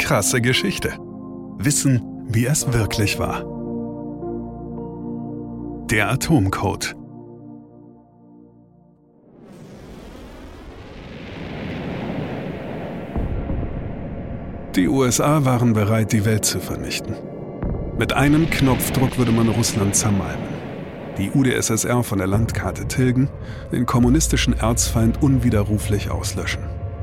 Krasse Geschichte. Wissen, wie es wirklich war. Der Atomcode. Die USA waren bereit, die Welt zu vernichten. Mit einem Knopfdruck würde man Russland zermalmen, die UdSSR von der Landkarte tilgen, den kommunistischen Erzfeind unwiderruflich auslöschen.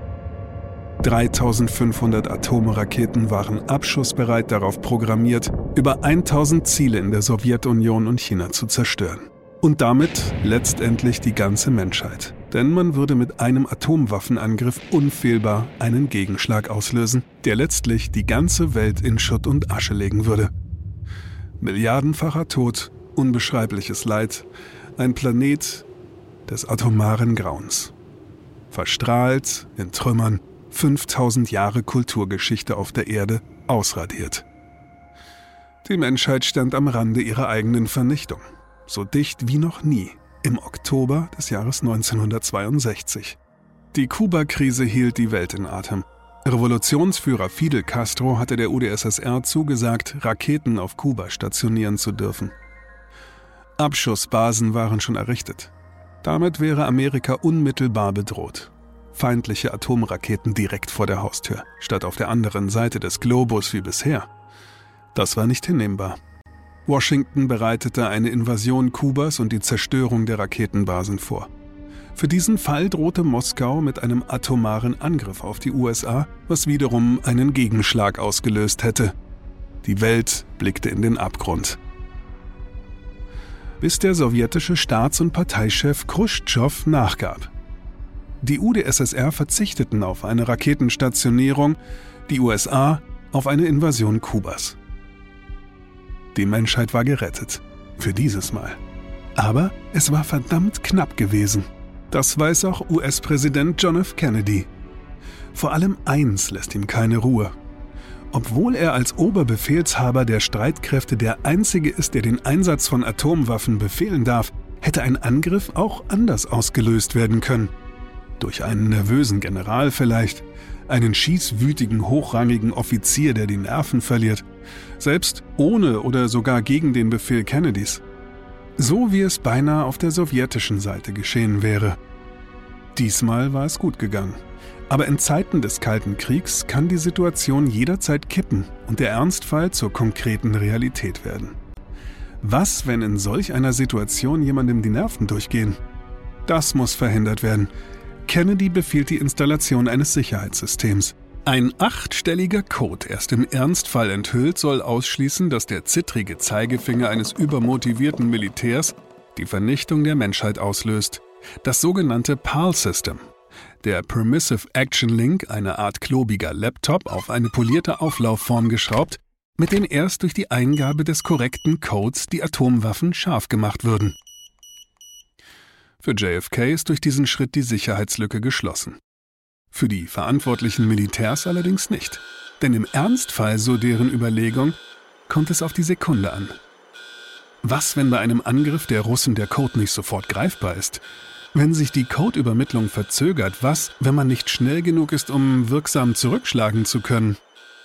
3500 Atomraketen waren abschussbereit darauf programmiert, über 1000 Ziele in der Sowjetunion und China zu zerstören. Und damit letztendlich die ganze Menschheit. Denn man würde mit einem Atomwaffenangriff unfehlbar einen Gegenschlag auslösen, der letztlich die ganze Welt in Schutt und Asche legen würde. Milliardenfacher Tod, unbeschreibliches Leid, ein Planet des atomaren Grauens. Verstrahlt, in Trümmern, 5000 Jahre Kulturgeschichte auf der Erde ausradiert. Die Menschheit stand am Rande ihrer eigenen Vernichtung, so dicht wie noch nie, im Oktober des Jahres 1962. Die Kuba-Krise hielt die Welt in Atem. Revolutionsführer Fidel Castro hatte der UdSSR zugesagt, Raketen auf Kuba stationieren zu dürfen. Abschussbasen waren schon errichtet. Damit wäre Amerika unmittelbar bedroht. Feindliche Atomraketen direkt vor der Haustür, statt auf der anderen Seite des Globus wie bisher. Das war nicht hinnehmbar. Washington bereitete eine Invasion Kubas und die Zerstörung der Raketenbasen vor. Für diesen Fall drohte Moskau mit einem atomaren Angriff auf die USA, was wiederum einen Gegenschlag ausgelöst hätte. Die Welt blickte in den Abgrund. Bis der sowjetische Staats- und Parteichef Chruschtschow nachgab. Die UdSSR verzichteten auf eine Raketenstationierung, die USA auf eine Invasion Kubas. Die Menschheit war gerettet. Für dieses Mal. Aber es war verdammt knapp gewesen. Das weiß auch US-Präsident John F. Kennedy. Vor allem eins lässt ihm keine Ruhe. Obwohl er als Oberbefehlshaber der Streitkräfte der Einzige ist, der den Einsatz von Atomwaffen befehlen darf, hätte ein Angriff auch anders ausgelöst werden können. Durch einen nervösen General vielleicht, einen schießwütigen, hochrangigen Offizier, der die Nerven verliert, selbst ohne oder sogar gegen den Befehl Kennedys. So wie es beinahe auf der sowjetischen Seite geschehen wäre. Diesmal war es gut gegangen. Aber in Zeiten des Kalten Kriegs kann die Situation jederzeit kippen und der Ernstfall zur konkreten Realität werden. Was, wenn in solch einer Situation jemandem die Nerven durchgehen? Das muss verhindert werden. Kennedy befiehlt die Installation eines Sicherheitssystems. Ein 8-stelliger Code, erst im Ernstfall enthüllt, soll ausschließen, dass der zittrige Zeigefinger eines übermotivierten Militärs die Vernichtung der Menschheit auslöst. Das sogenannte PAL-System. Der Permissive Action Link, eine Art klobiger Laptop, auf eine polierte Auflaufform geschraubt, mit dem erst durch die Eingabe des korrekten Codes die Atomwaffen scharf gemacht würden. Für JFK ist durch diesen Schritt die Sicherheitslücke geschlossen. Für die verantwortlichen Militärs allerdings nicht. Denn im Ernstfall, so deren Überlegung, kommt es auf die Sekunde an. Was, wenn bei einem Angriff der Russen der Code nicht sofort greifbar ist? Wenn sich die Codeübermittlung verzögert, was, wenn man nicht schnell genug ist, um wirksam zurückschlagen zu können?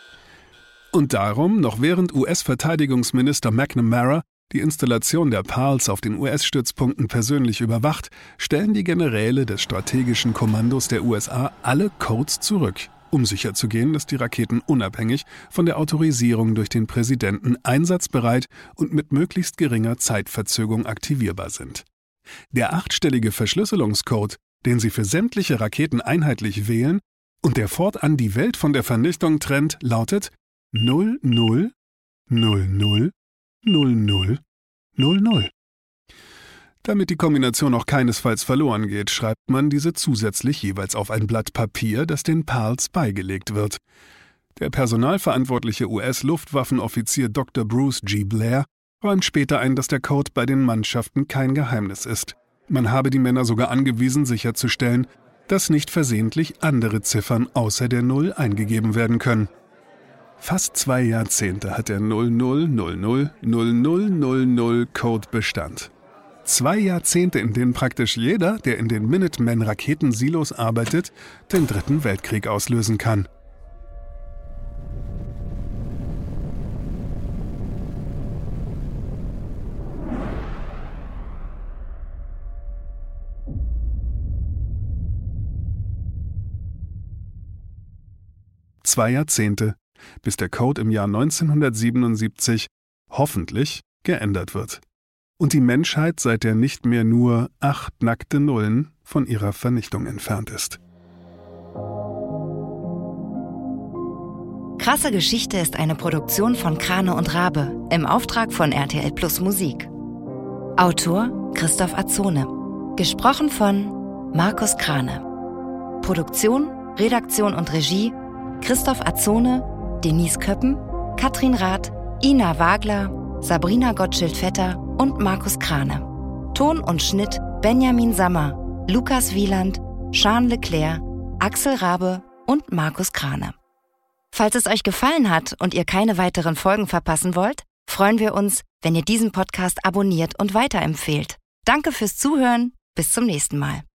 Und darum, noch während US-Verteidigungsminister McNamara die Installation der PALs auf den US-Stützpunkten persönlich überwacht, stellen die Generäle des strategischen Kommandos der USA alle Codes zurück, um sicherzugehen, dass die Raketen unabhängig von der Autorisierung durch den Präsidenten einsatzbereit und mit möglichst geringer Zeitverzögerung aktivierbar sind. Der 8-stellige Verschlüsselungscode, den sie für sämtliche Raketen einheitlich wählen und der fortan die Welt von der Vernichtung trennt, lautet 00000000. Damit die Kombination auch keinesfalls verloren geht, schreibt man diese zusätzlich jeweils auf ein Blatt Papier, das den PALs beigelegt wird. Der personalverantwortliche US-Luftwaffenoffizier Dr. Bruce G. Blair räumt später ein, dass der Code bei den Mannschaften kein Geheimnis ist. Man habe die Männer sogar angewiesen, sicherzustellen, dass nicht versehentlich andere Ziffern außer der 0 eingegeben werden können. Fast 2 Jahrzehnte hat der 00000000 Code Bestand. 2 Jahrzehnte, in denen praktisch jeder, der in den Minuteman-Raketensilos arbeitet, den 3. Weltkrieg auslösen kann. 2 Jahrzehnte, bis der Code im Jahr 1977 hoffentlich geändert wird und die Menschheit seither nicht mehr nur 8 nackte Nullen von ihrer Vernichtung entfernt ist. Krasse Geschichte ist eine Produktion von Krane und Rabe im Auftrag von RTL Plus Musik. Autor Christoph Azzone. Gesprochen von Markus Krane. Produktion, Redaktion und Regie Christoph Azzone, Denise Köppen, Katrin Rath, Ina Wagler, Sabrina Gottschild-Vetter und Markus Krane. Ton und Schnitt Benjamin Sammer, Lukas Wieland, Jean Leclerc, Axel Rabe und Markus Krane. Falls es euch gefallen hat und ihr keine weiteren Folgen verpassen wollt, freuen wir uns, wenn ihr diesen Podcast abonniert und weiterempfehlt. Danke fürs Zuhören, bis zum nächsten Mal.